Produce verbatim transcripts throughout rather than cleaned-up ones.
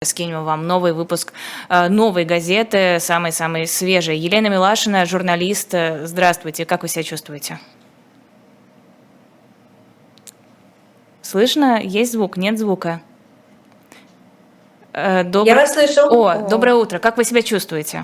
Скинем вам новый выпуск э, новой газеты, самой-самой свежей. Елена Милашина, журналист. Здравствуйте, как вы себя чувствуете? Слышно? Есть звук? Нет звука? Э, добр... Я вас слышу. О, доброе утро. Как вы себя чувствуете?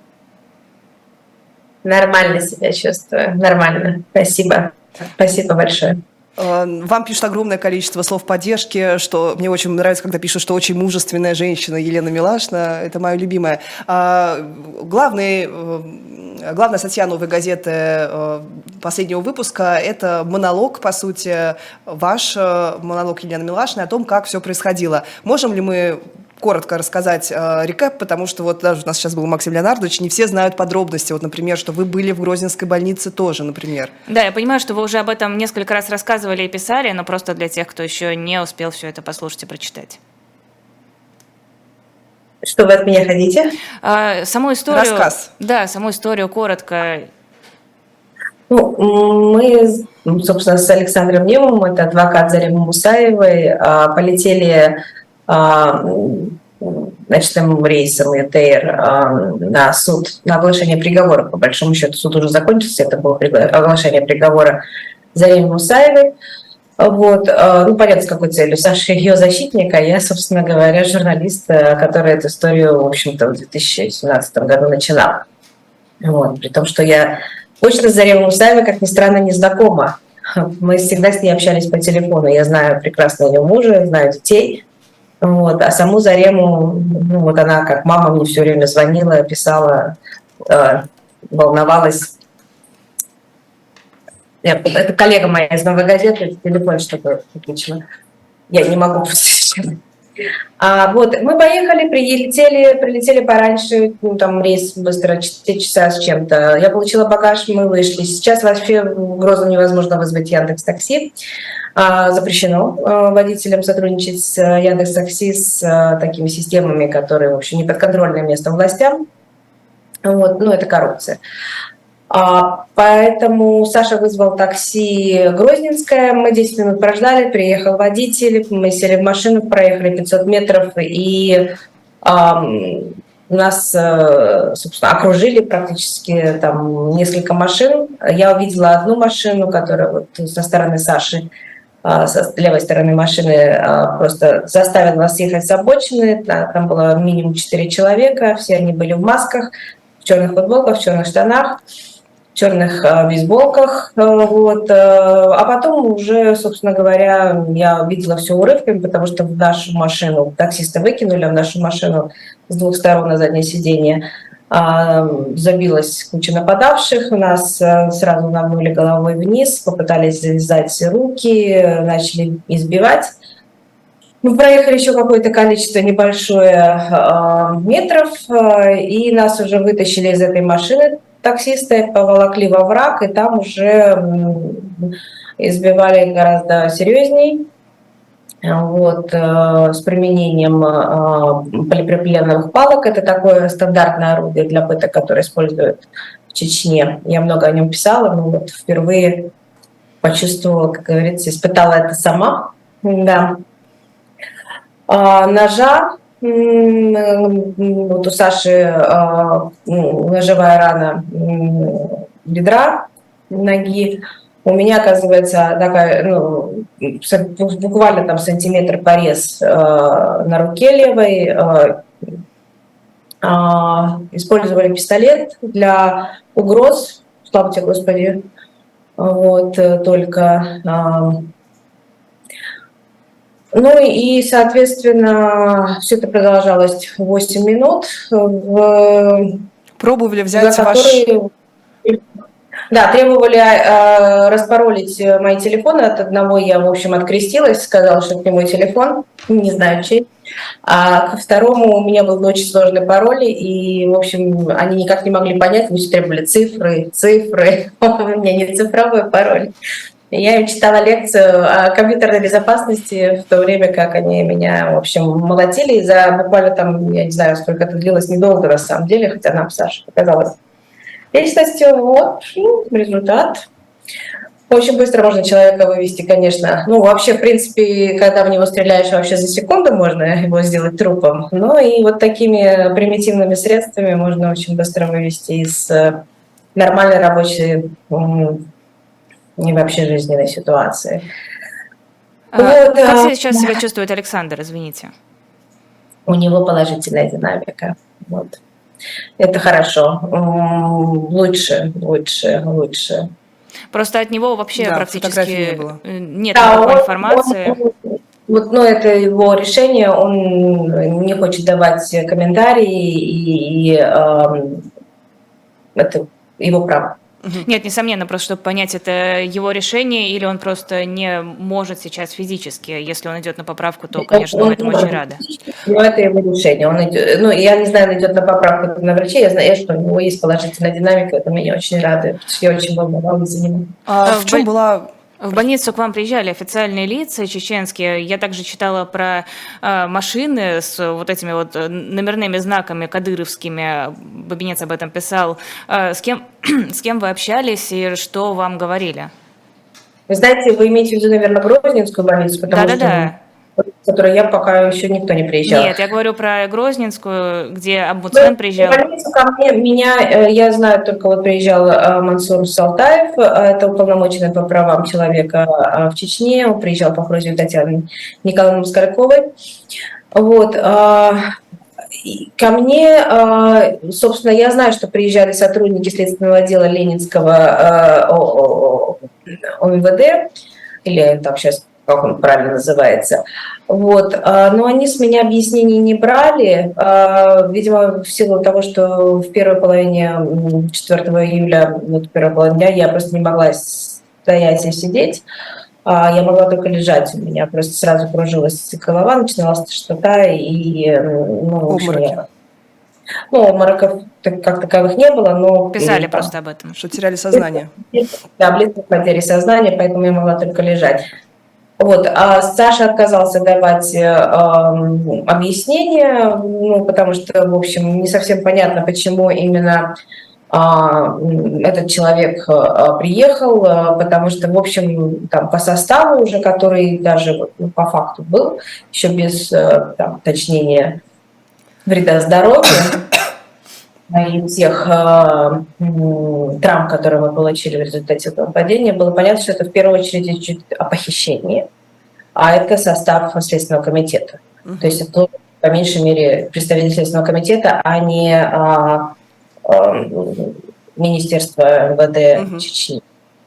Нормально себя чувствую. Нормально. Спасибо. Спасибо большое. Вам пишут огромное количество слов поддержки, что мне очень нравится, когда пишут, что очень мужественная женщина Елена Милашина. Это моя любимая. Главный, главная статья «Новой газеты» последнего выпуска – это монолог, по сути, ваш монолог Елены Милашиной о том, как все происходило. Можем ли мы коротко рассказать э, рекэп, потому что вот даже у нас сейчас был Максим Леонардович, не все знают подробности. Вот, например, что вы были в Грозненской больнице тоже, например. Да, я понимаю, что вы уже об этом несколько раз рассказывали и писали, но просто для тех, кто еще не успел все это послушать и прочитать. Что вы от меня хотите? А, саму историю. Рассказ. Да, саму историю коротко. Ну, мы, собственно, с Александром Немовым, это адвокат Заремы Мусаевой, полетели ночным рейсом ИТР на суд, на оглашение приговора. По большому счету суд уже закончился, это было оглашение приговора Зареме Мусаевой. Вот. Ну, понятно, с какой целью. Саша ее защитник, а я, собственно говоря, журналист, который эту историю, в общем-то, в две тысячи семнадцатом году начинала. Вот. При том, что я точно с Заремой Мусаевой, как ни странно, не знакома. Мы всегда с ней общались по телефону. Я знаю прекрасно ее мужа, знаю детей. Вот. А саму Зарему, ну, вот она как мама мне все время звонила, писала, э, волновалась. Я, это коллега моя из «Новой газеты», телефон что-то выключила. Я не могу а, вот, мы поехали, прилетели, прилетели пораньше, ну, там рейс быстро, четыре часа с чем-то. Я получила багаж, мы вышли. Сейчас вообще в Грозном невозможно вызвать Яндекс.Такси. А, запрещено а, водителям сотрудничать с Яндекс.Такси, с а, такими системами, которые, в общем, не подконтрольны местным властям. Вот, ну, это коррупция. А, поэтому Саша вызвал такси Грозненское, мы десять минут прождали, приехал водитель, мы сели в машину, проехали пятьсот метров, и а, нас, собственно, окружили практически там несколько машин. Я увидела одну машину, которая вот со стороны Саши, с левой стороны машины, просто заставила нас ехать с обочины. Там было минимум четыре человека, все они были в масках, в черных футболках, в черных штанах, в черных бейсболках. Вот. А потом уже, собственно говоря, я видела все урывками, потому что в нашу машину таксиста выкинули, а в нашу машину с двух сторон на заднее сиденье забилась куча нападавших, нас сразу нагнули головой вниз, попытались завязать руки, начали избивать. Мы проехали еще какое-то количество небольшое метров, и нас уже вытащили из этой машины таксисты, поволокли во враг, и там уже избивали гораздо серьезней. Вот, э, с применением э, полипропиленовых палок. Это такое стандартное орудие для пыток, которое используют в Чечне. Я много о нем писала, но вот впервые почувствовала, как говорится, испытала это сама. Да. А, ножа. Вот у Саши а, ножевая рана бедра, ноги. У меня, оказывается, такая, ну, буквально там сантиметр порез э, на руке левой. Э, э, использовали пистолет для угроз, слава тебе, Господи. Вот, только. Э, ну и, соответственно, все это продолжалось восемь минут. В, Пробовали взять за ваш... которые... Да, требовали э, распаролить мои телефоны. От одного я, в общем, открестилась, сказала, что это не мой телефон, не знаю чей. А ко второму у меня был очень сложный пароль, и, в общем, они никак не могли понять, мы все требовали цифры, цифры. У меня не цифровой пароль. Я им читала лекцию о компьютерной безопасности в то время, как они меня, в общем, молотили. И за буквально там, я не знаю, сколько это длилось, недолго на самом деле, хотя нам Саша показалось. Личностью, вот, ну, результат. Очень быстро можно человека вывести, конечно. Ну, вообще, в принципе, когда в него стреляешь, вообще за секунду можно его сделать трупом. Но и вот такими примитивными средствами можно очень быстро вывести из э, нормальной рабочей м, и вообще жизненной ситуации. А, Вот, как а, сейчас себя чувствует Александр, извините? у него положительная динамика. Вот. Это хорошо. М, Лучше, лучше, лучше. Просто от него вообще Да, фотографий не практически было. э, нет Да, никакой он, информации. он- он- вот, ну, это его решение, он не хочет давать комментарии, и, и, эм, это его право. Нет, несомненно, просто чтобы понять, это его решение или он просто не может сейчас физически. Если он идет на поправку, то, конечно, мы Он этому не очень может, рады. но это его решение. Он идет, ну, я не знаю, он идет на поправку на врачей, я знаю, что у него есть положительная динамика, это меня очень радует, потому что я очень волновалась за него. А А в в чем бо- была... В больницу к вам приезжали официальные лица чеченские. Я также читала про э, машины с вот этими вот э, номерными знаками кадыровскими. Бабинец об этом писал. Э, с кем, с кем вы общались и что вам говорили? Вы знаете, вы имеете в виду, наверное, Грозненскую больницу, потому Да-да-да. что в которой я пока еще никто не приезжал. Нет, я говорю про Грозненскую, где В омбудсмен приезжал. больницу ко мне, меня, э, я знаю, только вот приезжал э, Мансур Салтаев, э, это уполномоченный по правам человека э, в Чечне, он приезжал по просьбе Татьяны Николаевны Скоряковой. Вот. э, и Ко мне, э, собственно, я знаю, что приезжали сотрудники следственного отдела Ленинского э, о- о- о- ОМВД, или там сейчас, как он правильно называется. Вот. а, Но они с меня объяснений не брали, а, видимо, в силу того, что в первой половине м, четвёртого июля, вот первой половине дня, я просто не могла стоять и сидеть, а, я могла только лежать. У меня просто сразу кружилась голова, начиналась тошнота, и, м, ну, в общем, Обмороки. я... Ну, обмороков так- как таковых не было, но... Писали м, там, просто об этом. Что теряли сознание? да, близко к потере сознания, поэтому я могла только лежать. Вот, а Саша отказался давать э, эм, объяснения, ну, потому что, в общем, не совсем понятно, почему именно а, м, этот человек а, приехал, а, потому что, в общем, там по составу уже, который даже вот, ну, по факту был, еще без э, там, уточнения вреда здоровью, и тех э, м, травм, которые мы получили в результате этого падения, было понятно, что это в первую очередь идет о похищении, а это состав Следственного комитета. То есть это, по меньшей мере, представитель Следственного комитета, а не а, а, Министерство МВД Мгм. Чечни.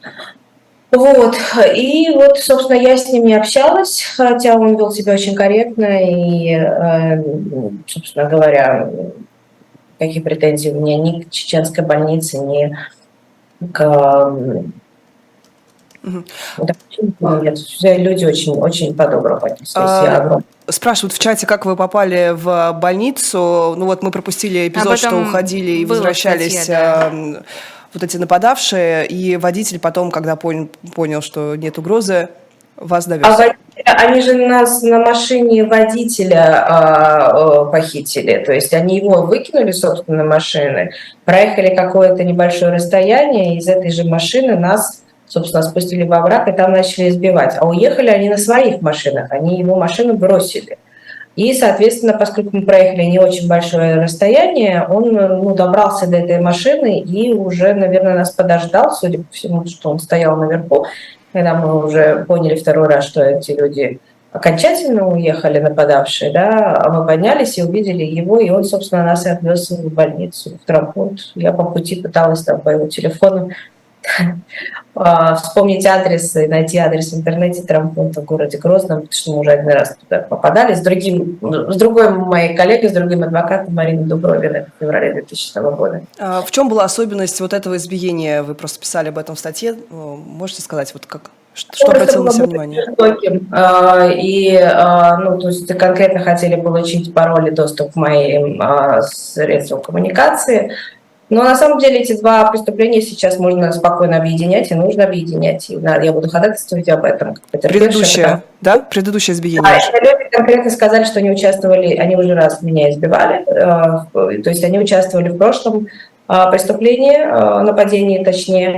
Вот. И вот, собственно, я с ним не общалась, хотя он вел себя очень корректно, и, э, собственно говоря, каких претензий у меня ни к чеченской больнице, ни к... м, Мгм. да, нет, все люди очень, очень по-доброму отнеслись. Я А, огромное. Спрашивают в чате, как вы попали в больницу. Ну вот мы пропустили Об эпизод, что этом уходили и было в возвращались статье, да. а, вот эти нападавшие, и водитель потом, когда понял, понял, что нет угрозы, вас довез. А водителя, они же нас на машине водителя а, а, похитили, то есть они его выкинули, собственно, машины, проехали какое-то небольшое расстояние, и из этой же машины нас, собственно, спустили во враг и там начали избивать. А уехали они на своих машинах, они его машину бросили. И, соответственно, поскольку мы проехали не очень большое расстояние, он, ну, добрался до этой машины и уже, наверное, нас подождал, судя по всему, что он стоял наверху. Когда мы уже поняли второй раз, что эти люди окончательно уехали, нападавшие, да, а мы поднялись и увидели его, и он, собственно, нас и отвез в больницу, в травмпункт. Я по пути пыталась там по его телефону а, вспомнить адрес и найти адрес в интернете травмпункта в городе Грозном, потому что мы уже один раз туда попадали с другим, с другой моей коллегой, с другим адвокатом Мариной Дубровиной в феврале двухтысячного года. А в чем была особенность вот этого избиения? Вы просто писали об этом в статье. Можете сказать, вот как, что, что обратило на себя внимание? Жестоким. А, И, а, ну, то есть конкретно хотели получить пароль и доступ к моим а, средствам коммуникации. Но на самом деле эти два преступления сейчас можно спокойно объединять, и нужно объединять. И да, я буду ходатайствовать об этом. Как потерпевшая, Предыдущее, потому- да? Предыдущее избиение. А эти люди конкретно сказали, что они участвовали, они уже раз меня избивали, э, то есть они участвовали в прошлом э, преступлении, э, нападении точнее,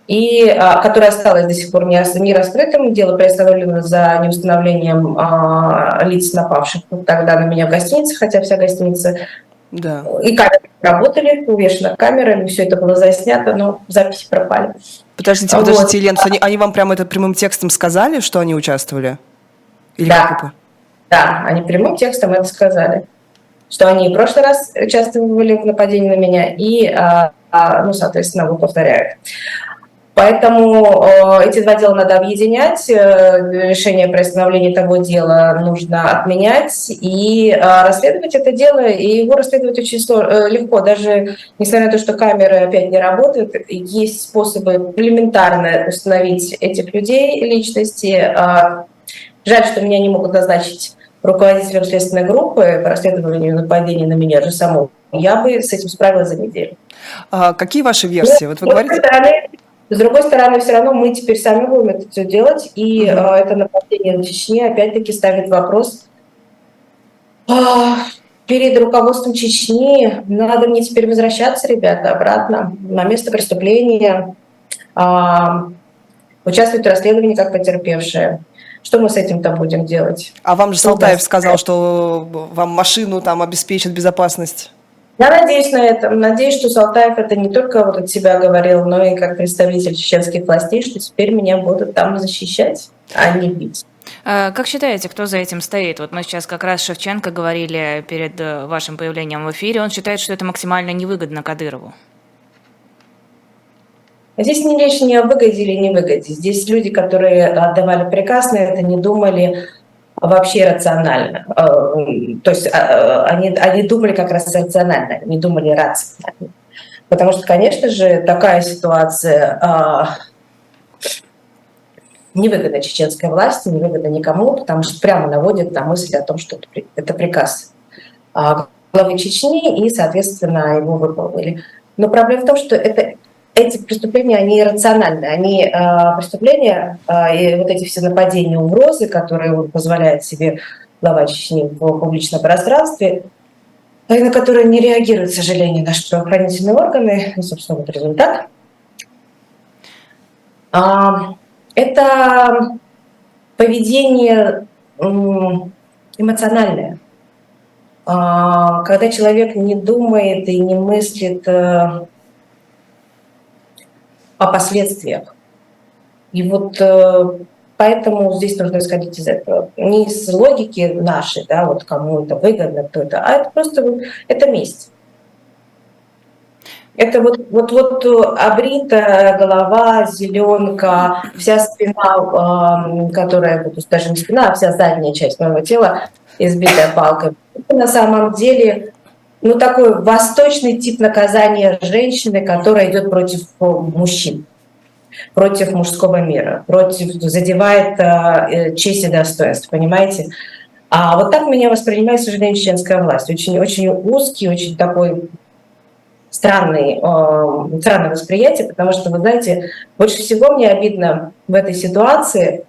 и а, которое осталось до сих пор не, не раскрытым. Дело приостановлено за неустановлением а, лиц напавших тогда на меня в гостинице, хотя вся гостиница Да. и камеры работали, увешаны камерами, все это было заснято, но записи пропали. Подождите, Вот. подождите, Елена, они, они вам прямо это прямым текстом сказали, что они участвовали? Или Да. как это? Да, они прямым текстом это сказали, что они в прошлый раз участвовали в нападении на меня и, а, а, ну, соответственно, вот повторяют. Поэтому э, эти два дела надо объединять, э, решение о приостановлении того дела нужно отменять и э, расследовать это дело, и его расследовать очень сложно, э, легко, даже несмотря на то, что камеры опять не работают, есть способы элементарно установить этих людей, личности. Э, жаль, что меня не могут назначить руководителем следственной группы по расследованию нападения на меня же саму. Я бы с этим справилась за неделю. А какие ваши версии? Ну, вот вы с, говорите... другой стороны, с другой стороны, все равно мы теперь сами будем это все делать, и mm-hmm. э, это нападение на Чечне опять-таки ставит вопрос э, перед руководством Чечни, надо мне теперь возвращаться, ребята, обратно на место преступления, э, участвовать в расследовании как потерпевшие. Что мы с этим-то будем делать? А вам же Что Салтаев даст? сказал, что вам машину там обеспечат безопасность. Я надеюсь на это. Надеюсь, что Салтаев это не только вот от себя говорил, но и как представитель чеченских властей, что теперь меня будут там защищать, а не бить. Как считаете, кто за этим стоит? Вот мы сейчас как раз Шевченко говорили перед вашим появлением в эфире. Он считает, что это максимально невыгодно Кадырову. Здесь не речь не о выгоде или невыгоде. Здесь люди, которые отдавали приказ на это, не думали вообще рационально. То есть они, они думали как раз рационально, не думали рационально. Потому что, конечно же, такая ситуация невыгодна чеченской власти, невыгодна никому, потому что прямо наводит на мысль о том, что это приказ главы Чечни, и, соответственно, его выполнили. Но проблема в том, что это эти преступления, они иррациональны. Они э, преступления, э, и вот эти все нападения, угрозы, которые он позволяет себе глава Чечни в публичном пространстве, и на которые не реагируют, к сожалению, наши правоохранительные органы, и, собственно, вот результат. А, это поведение эмоциональное. А, когда человек не думает и не мыслит о последствиях. И вот э, поэтому здесь нужно исходить из этого. Не из логики нашей, да, вот кому это выгодно, кто это, а это просто это месть. Это вот, вот, вот обритая голова, зеленка, вся спина, э, которая, вот, даже не спина, а вся задняя часть моего тела избитая палкой. Это на самом деле ну, такой восточный тип наказания женщины, которая идет против мужчин, против мужского мира, против, задевает э, честь и достоинство, понимаете? А вот так меня воспринимает, к сожалению, чеченская власть. Очень, очень узкий, очень такой странный, э, странное восприятие, потому что, вы знаете, больше всего мне обидно в этой ситуации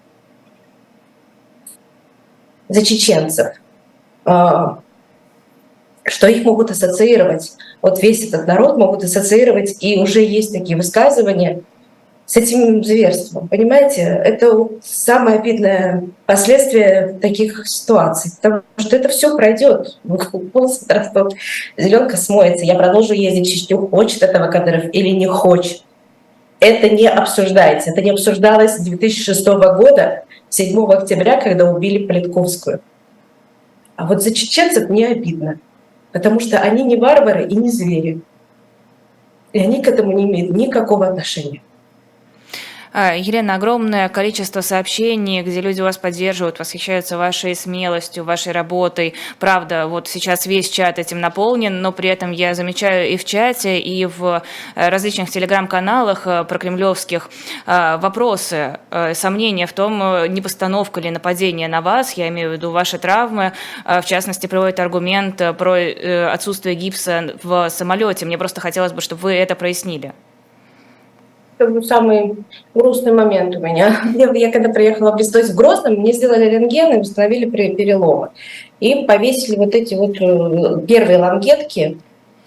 за чеченцев, э, что их могут ассоциировать, вот весь этот народ могут ассоциировать, и уже есть такие высказывания с этим зверством. Понимаете, это самое обидное последствие таких ситуаций, потому что это все пройдет, волосы отрастут, зеленка смоется, я продолжу ездить в Чечню, хочет этого Кадыров или не хочет. Это не обсуждается, это не обсуждалось с две тысячи шестого года, седьмого октября, когда убили Политковскую. А вот за чеченцев не обидно. Потому что они не варвары и не звери. И они к этому не имеют никакого отношения. Елена, огромное количество сообщений, где люди вас поддерживают, восхищаются вашей смелостью, вашей работой. Правда, вот сейчас весь чат этим наполнен, но при этом я замечаю и в чате, и в различных телеграм-каналах прокремлевских вопросы, сомнения в том, не постановка ли нападения на вас, я имею в виду ваши травмы. В частности, приводит аргумент про отсутствие гипса в самолете. Мне просто хотелось бы, чтобы вы это прояснили. Это был самый грустный момент у меня. Я, я когда приехала в Брест, в Грозном, мне сделали рентген и установили переломы. И повесили вот эти вот первые лангетки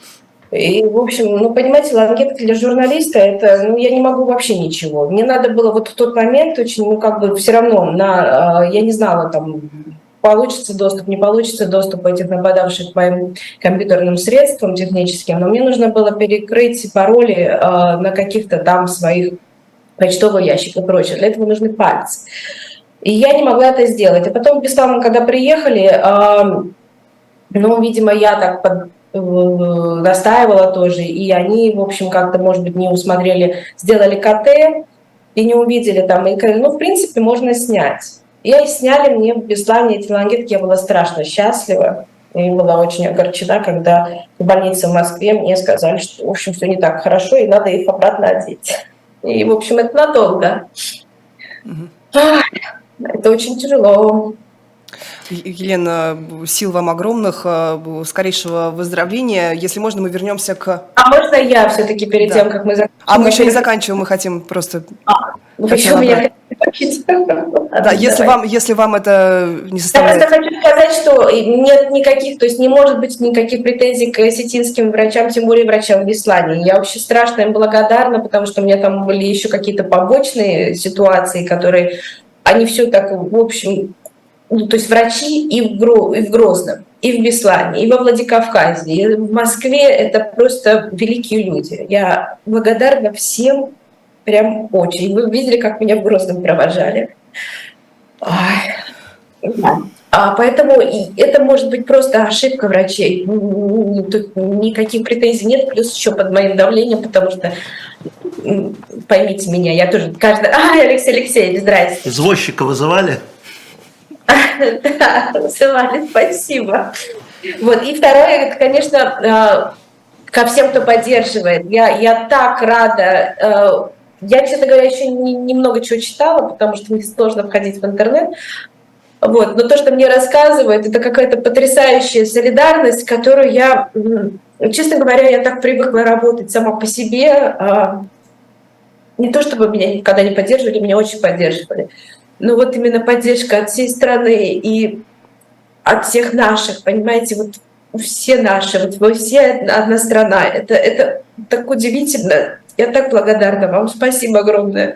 И, в общем, ну, понимаете, лангетка для журналиста, это, ну, я не могу вообще ничего. Мне надо было вот в тот момент очень, ну, как бы все равно, на, я не знала, там, получится доступ, не получится доступ этих нападавших к моим компьютерным средствам техническим, но мне нужно было перекрыть пароли э, на каких-то там своих почтовых ящиках и прочее. Для этого нужны пальцы. И я не могла это сделать. А потом, Беслан, когда приехали, э, ну, видимо, я так под, э, настаивала тоже, и они, в общем, как-то, может быть, не усмотрели, сделали ка тэ и не увидели там, и, ну, в принципе, можно снять. И сняли мне в Беслане эти лангетки, я была страшно счастлива, и была очень огорчена, когда в больнице в Москве мне сказали, что, в общем, все не так хорошо, и надо их обратно одеть. И, в общем, это надолго. Mm-hmm. Это очень тяжело. Елена, сил вам огромных, скорейшего выздоровления. Если можно, мы вернемся к... А можно я все-таки перед да. тем, как мы заканчиваем? А мы еще не заканчиваем, мы хотим просто... А, вы еще меня... Да, если вам, если вам это не составляет... Я просто хочу сказать, что нет никаких, то есть не может быть никаких претензий к осетинским врачам, тем более врачам в Беслане. Я очень страшно им благодарна, потому что у меня там были еще какие-то побочные ситуации, которые... Они все так, в общем... Ну, то есть врачи и в, Гро, и в Грозном, и в Беслане, и во Владикавказе, и в Москве — это просто великие люди. Я благодарна всем прям очень. Вы видели, как меня в Грозном провожали. А поэтому это может быть просто ошибка врачей. Тут никаких претензий нет, плюс еще под моим давлением, потому что, поймите меня, я тоже каждый... Ай, Алексей Алексеевич, здрасте. Извозчика вызывали? Да, вызывали, спасибо. Вот. И второе, это, конечно, ко всем, кто поддерживает. Я, я так рада. Я, честно говоря, еще немного чего читала, потому что мне сложно входить в интернет. Вот. Но то, что мне рассказывают, это какая-то потрясающая солидарность, которую я, честно говоря, я так привыкла работать сама по себе. Не то, чтобы меня никогда не поддерживали, меня очень поддерживали. Но вот именно поддержка от всей страны и от всех наших, понимаете, вот все наши, вот вы все одна страна. Это, это так удивительно. Я так благодарна вам. Спасибо огромное.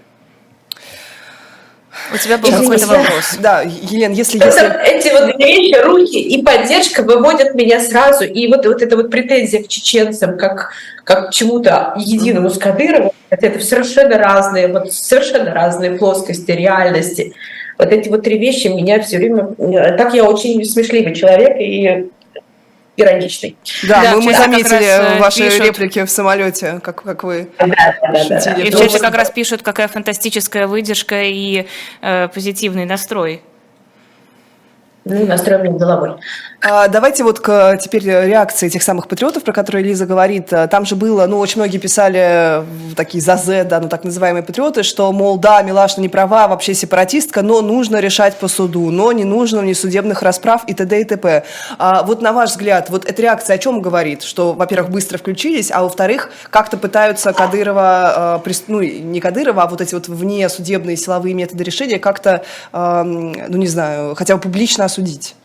У тебя был какой-то вопрос. Да, Елена, если... если... Эти вот вещи, руки и поддержка выводят меня сразу. И вот, вот эта вот претензия к чеченцам, как, как к чему-то единому с Кадыровым, это совершенно разные, вот совершенно разные плоскости, реальности. Вот эти вот три вещи меня все время... Так я очень смешливый человек и ироничный. Да, да, мы, мы заметили ваши пишут... реплики в самолете, как, как вы да, да, шутили. Да, да. И в чате как раз пишут, какая фантастическая выдержка и э, позитивный настрой. Ну, настрой мне головой. А, давайте вот к теперь реакции этих самых патриотов, про которые Лиза говорит. Там же было, ну, очень многие писали такие за З, да, ну, так называемые патриоты, что, мол, да, Милашина не права, вообще сепаратистка, но нужно решать по суду, но не нужно ни судебных расправ и т.д. и т.п. А вот на ваш взгляд, вот эта реакция о чем говорит? Что, во-первых, быстро включились, а во-вторых, как-то пытаются Кадырова, ну, не Кадырова, а вот эти вот внесудебные силовые методы решения как-то, ну, не знаю, хотя бы публично осудить?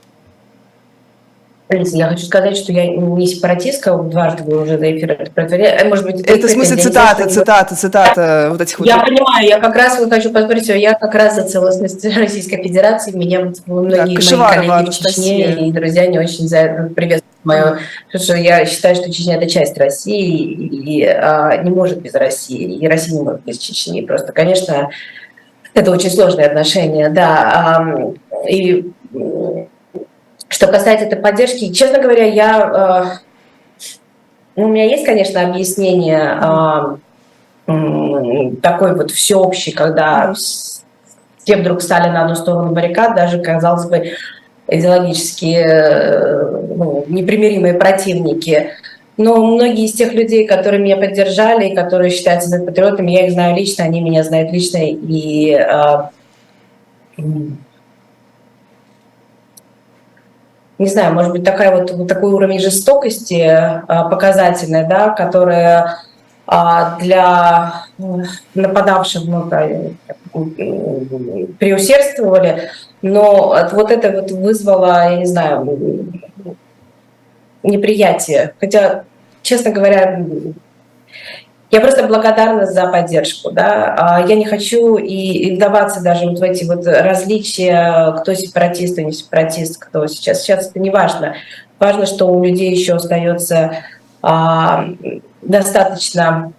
Я хочу сказать, что я не сепаратистка, дважды вы уже за эфир это Может быть, это в смысле цитата, цитата, цитата вот этих вот... Я понимаю, я как раз вот хочу поспорить, я как раз за целостность Российской Федерации, меня вот многие да, мои коллеги в Чечне и друзья не очень за приветствуют мою, потому что я считаю, что Чечня — это часть России и а, не может без России, и Россия не может без Чечни. Просто, конечно, это очень сложные отношения, да, а, и... Что касается этой поддержки, честно говоря, я, э, ну, у меня есть, конечно, объяснение э, э, такой вот всеобщий, когда все вдруг стали на одну сторону баррикад, даже, казалось бы, идеологически э, ну, непримиримые противники. Но многие из тех людей, которые меня поддержали, которые считаются патриотами, я их знаю лично, они меня знают лично, и... Э, не знаю, может быть, такая вот, вот такой уровень жестокости а, показательный, да, которая а, для нападавших ну, да, преусердствовали, но вот это вот вызвало, я не знаю, неприятие. Хотя, честно говоря, я просто благодарна за поддержку, да. Я не хочу и, и вдаваться даже вот в эти вот различия, кто сепаратист, кто не сепаратист, кто сейчас. Сейчас это не важно. Важно, что у людей еще остается а, достаточно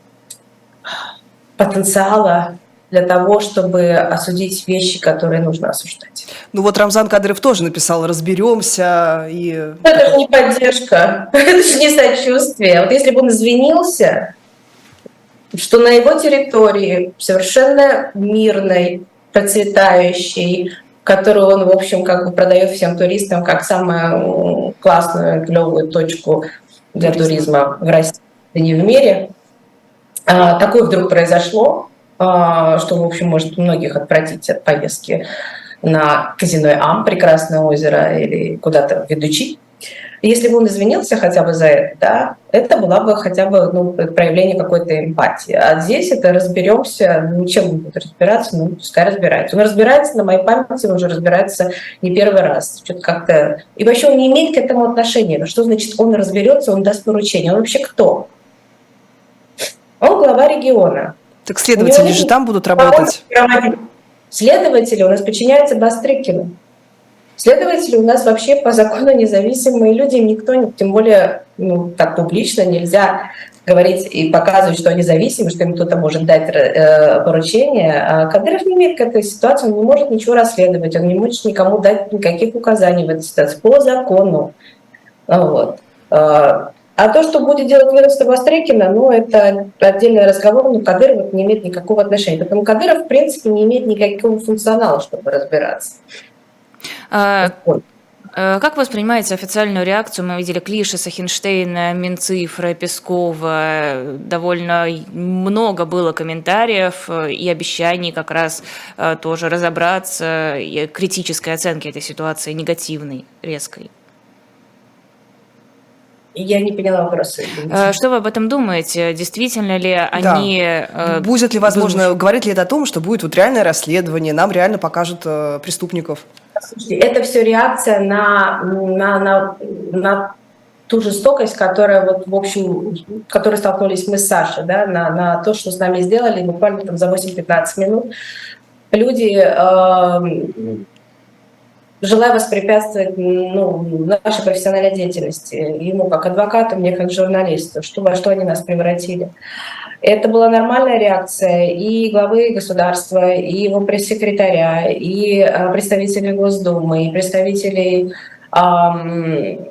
потенциала для того, чтобы осудить вещи, которые нужно осуждать. Ну вот Рамзан Кадыров тоже написал «разберемся» и... Это же не поддержка, это же не сочувствие. Вот если бы он извинился, что на его территории совершенно мирной, процветающей, которую он, в общем, как бы продает всем туристам как самую классную, клевую точку для туризма в России, да не в мире, а, такое вдруг произошло, а, что, в общем, может многих отвратить от поездки на казино Ам, прекрасное озеро, или куда-то в Ведучи. Если бы он извинился хотя бы за это, да, это была бы хотя бы ну, проявление какой-то эмпатии. А здесь это разберемся, ну, чем он будет разбираться, ну, пускай разбирается. Он разбирается, на моей памяти, он уже разбирается не первый раз. Что-то как-то... И вообще он не имеет к этому отношения. Но что значит он разберется, он даст поручение? Он вообще кто? Он глава региона. Так следователи же там будут работать. Следователи у нас подчиняются Бастрыкину. Следователи у нас вообще по закону независимые люди, никто, тем более ну, так публично нельзя говорить и показывать, что они зависимы, что им кто-то может дать э, поручение. А Кадыров не имеет к этой ситуации, он не может ничего расследовать, он не может никому дать никаких указаний в этой ситуации по закону. Вот. А то, что будет делать ведомство Бастрыкина, ну, это отдельный разговор, но Кадыров не имеет никакого отношения. Поэтому Кадыров, в принципе, не имеет никакого функционала, чтобы разбираться. А, как вы воспринимаете официальную реакцию? Мы видели Клишеса, Хинштейна, Минцифры, Пескова. Довольно много было комментариев и обещаний как раз тоже разобраться, и критической оценки этой ситуации, негативной, резкой. Я не поняла вопроса. Что вы об этом думаете? Действительно ли они... Да. Будет ли возможно, Вы... говорит ли это о том, что будет вот реальное расследование, нам реально покажут э, преступников? Слушайте, это все реакция на, на, на, на ту жестокость, которая вот, в общем, в которой столкнулись мы с Сашей, да, на, на то, что с нами сделали буквально там за восемь-пятнадцать минут. Люди... Э, желая воспрепятствовать ну, нашей профессиональной деятельности, ему как адвокату, мне как журналисту, что, во что они нас превратили. Это была нормальная реакция и главы государства, и его пресс-секретаря, и а, представителей Госдумы, и представителей ам,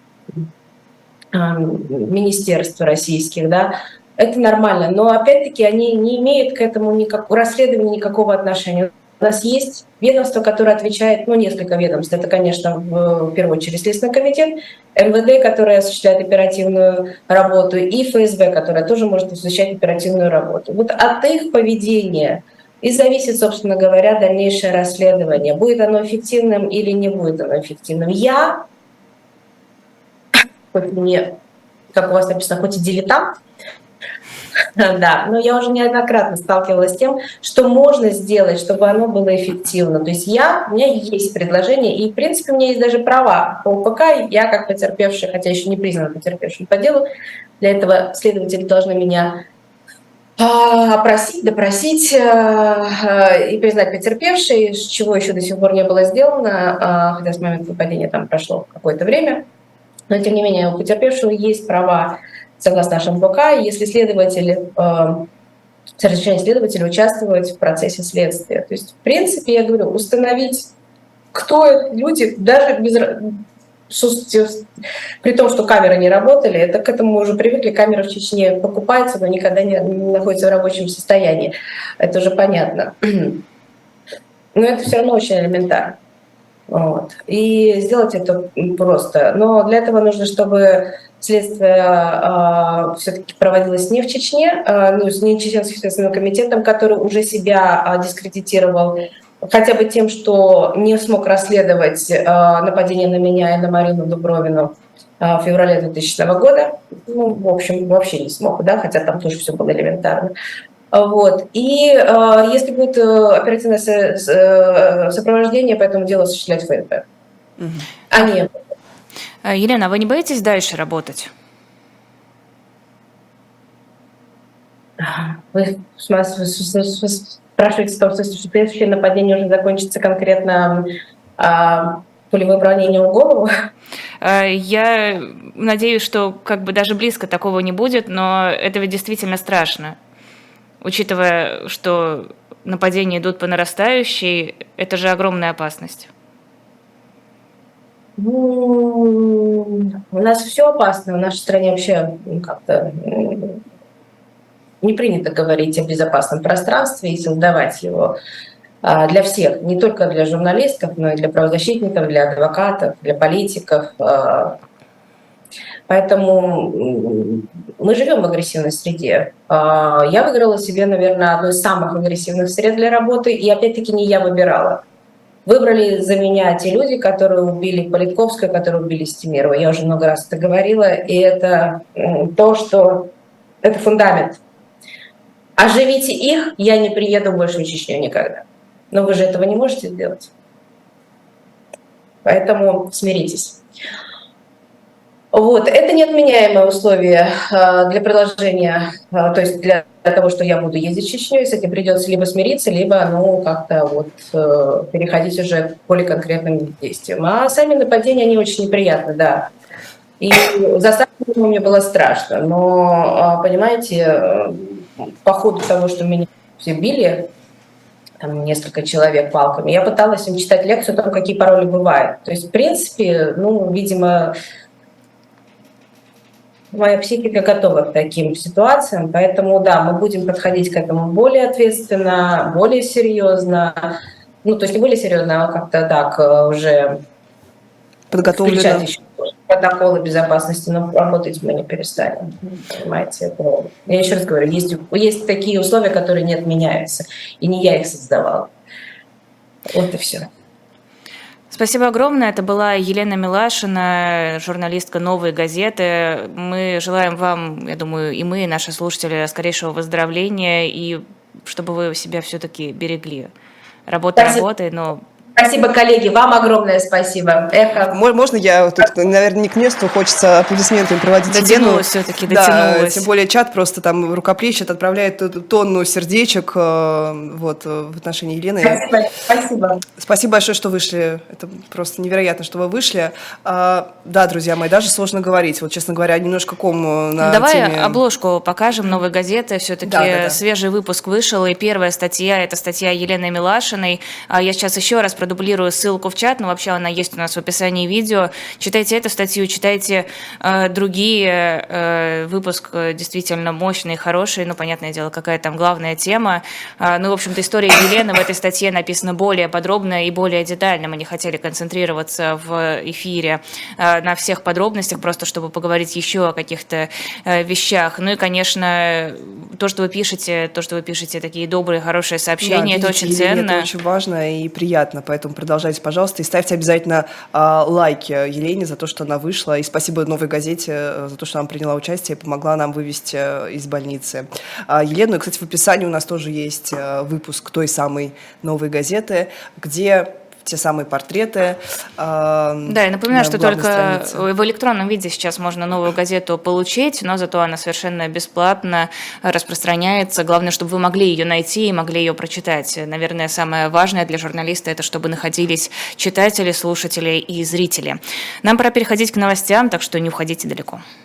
ам, министерств российских, да. Это нормально, но опять-таки они не имеют к этому никакого расследования никакого отношения. У нас есть ведомство, которое отвечает, ну, несколько ведомств. Это, конечно, в, в первую очередь Следственный комитет, эм вэ дэ, которое осуществляет оперативную работу, и эф эс бэ, которое тоже может осуществлять оперативную работу. Вот от их поведения и зависит, собственно говоря, дальнейшее расследование. Будет оно эффективным или не будет оно эффективным. Я, хоть мне, как у вас написано, хоть и дилетант, да, но я уже неоднократно сталкивалась с тем, что можно сделать, чтобы оно было эффективно. То есть я, у меня есть предложение, и, в принципе, у меня есть даже права по о пэ ка, я как потерпевший, хотя еще не признана потерпевшим по делу, для этого следователи должны меня опросить, допросить и признать потерпевшей, чего еще до сих пор не было сделано, хотя с момента выпадения там прошло какое-то время. Но, тем не менее, у потерпевшего есть права согласно нашему бэ ка, если следователь, э, с разрешения следователя участвовать в процессе следствия. То есть, в принципе, я говорю, установить, кто это люди, даже без, при том, что камеры не работали, это к этому мы уже привыкли, камера в Чечне покупается, но никогда не, не находится в рабочем состоянии. Это уже понятно. Но это все равно очень элементарно. Вот. И сделать это просто. Но для этого нужно, чтобы следствие э, все-таки проводилось не в Чечне, э, ну, не Чеченским следственным комитетом, который уже себя э, дискредитировал, хотя бы тем, что не смог расследовать э, нападение на меня и на Марину Дубровину э, в феврале двухтысячного года. Ну, в общем, вообще не смог, да, хотя там тоже все было элементарно. Вот. И э, если будет э, оперативное со, э, сопровождение, по этому делу осуществлять эф эс бэ. Mm-hmm. А не... Елена, вы не боитесь дальше работать? Вы спрашиваете в том смысле, что следующее нападение уже закончится конкретно а, пулевым ранением в голову? Я надеюсь, что как бы даже близко такого не будет, но это ведь действительно страшно. Учитывая, что нападения идут по нарастающей, это же огромная опасность. Ну, у нас все опасно. В нашей стране вообще как-то не принято говорить о безопасном пространстве и создавать его для всех, не только для журналистов, но и для правозащитников, для адвокатов, для политиков. Поэтому мы живем в агрессивной среде. Я выиграла себе, наверное, одну из самых агрессивных сред для работы, и опять-таки не я выбирала. Выбрали за меня те люди, которые убили Политковскую, которые убили Стемирова. Я уже много раз это говорила, и это то, что это фундамент. Оживите их, я не приеду больше в Чечню никогда. Но вы же этого не можете сделать. Поэтому смиритесь. Вот, это неотменяемое условие для продолжения, то есть для того, что я буду ездить в Чечню, и с этим придется либо смириться, либо, ну, как-то вот переходить уже к более конкретным действиям. А сами нападения, они очень неприятны, да. И за самым мне было страшно, но, понимаете, по ходу того, что меня все били, там несколько человек палками, я пыталась им читать лекцию о том, какие пароли бывают. То есть, в принципе, ну, видимо, моя психика готова к таким ситуациям, поэтому, да, мы будем подходить к этому более ответственно, более серьезно. Ну, то есть не более серьезно, а как-то так уже подготовлено. Включать еще протоколы безопасности, но работать мы не перестанем. Понимаете? Это... Я еще раз говорю, есть, есть такие условия, которые не отменяются, и не я их создавала. Вот и все. Спасибо огромное. Это была Елена Милашина, журналистка «Новой газеты». Мы желаем вам, я думаю, и мы, и наши слушатели, скорейшего выздоровления, и чтобы вы себя все-таки берегли. Работа Спасибо. работой, но... Спасибо, коллеги. Вам огромное спасибо. Эхо. Можно я тут, наверное, не к месту, хочется аплодисментами проводить Дотянулась все-таки, дотянулась. Да, тем более чат просто там рукоплещет, отправляет тонну сердечек вот, в отношении Елены. Спасибо. Спасибо. Спасибо большое, что вышли. Это просто невероятно, что вы вышли. А, да, друзья мои, даже сложно говорить. Вот, честно говоря, немножко ком на Давай теме... обложку покажем «Новой газеты». Все-таки да, да, да. Свежий выпуск вышел, и первая статья – это статья Елены Милашиной. Я сейчас еще раз продублирую ссылку в чат, но вообще она есть у нас в описании видео. Читайте эту статью, читайте э, другие. Э, выпуск действительно мощный, хороший, ну, понятное дело, какая там главная тема. Э, ну, в общем-то, история Елены в этой статье написана более подробно и более детально. Мы не хотели концентрироваться в эфире э, на всех подробностях, просто чтобы поговорить еще о каких-то э, вещах. Ну и, конечно, то, что вы пишете, то, что вы пишете, такие добрые, хорошие сообщения, да, это очень ценно. Это очень важно и приятно, поэтому продолжайте, пожалуйста, и ставьте обязательно а, лайки Елене за то, что она вышла, и спасибо «Новой газете» за то, что она приняла участие и помогла нам вывести из больницы а, Елену. И, кстати, в описании у нас тоже есть а, выпуск той самой «Новой газеты», где те самые портреты. Э, да, я напоминаю, что только странице. В электронном виде сейчас можно «Новую газету» получить, но зато она совершенно бесплатно распространяется. Главное, чтобы вы могли ее найти и могли ее прочитать. Наверное, самое важное для журналиста – это чтобы находились читатели, слушатели и зрители. Нам пора переходить к новостям, так что не уходите далеко.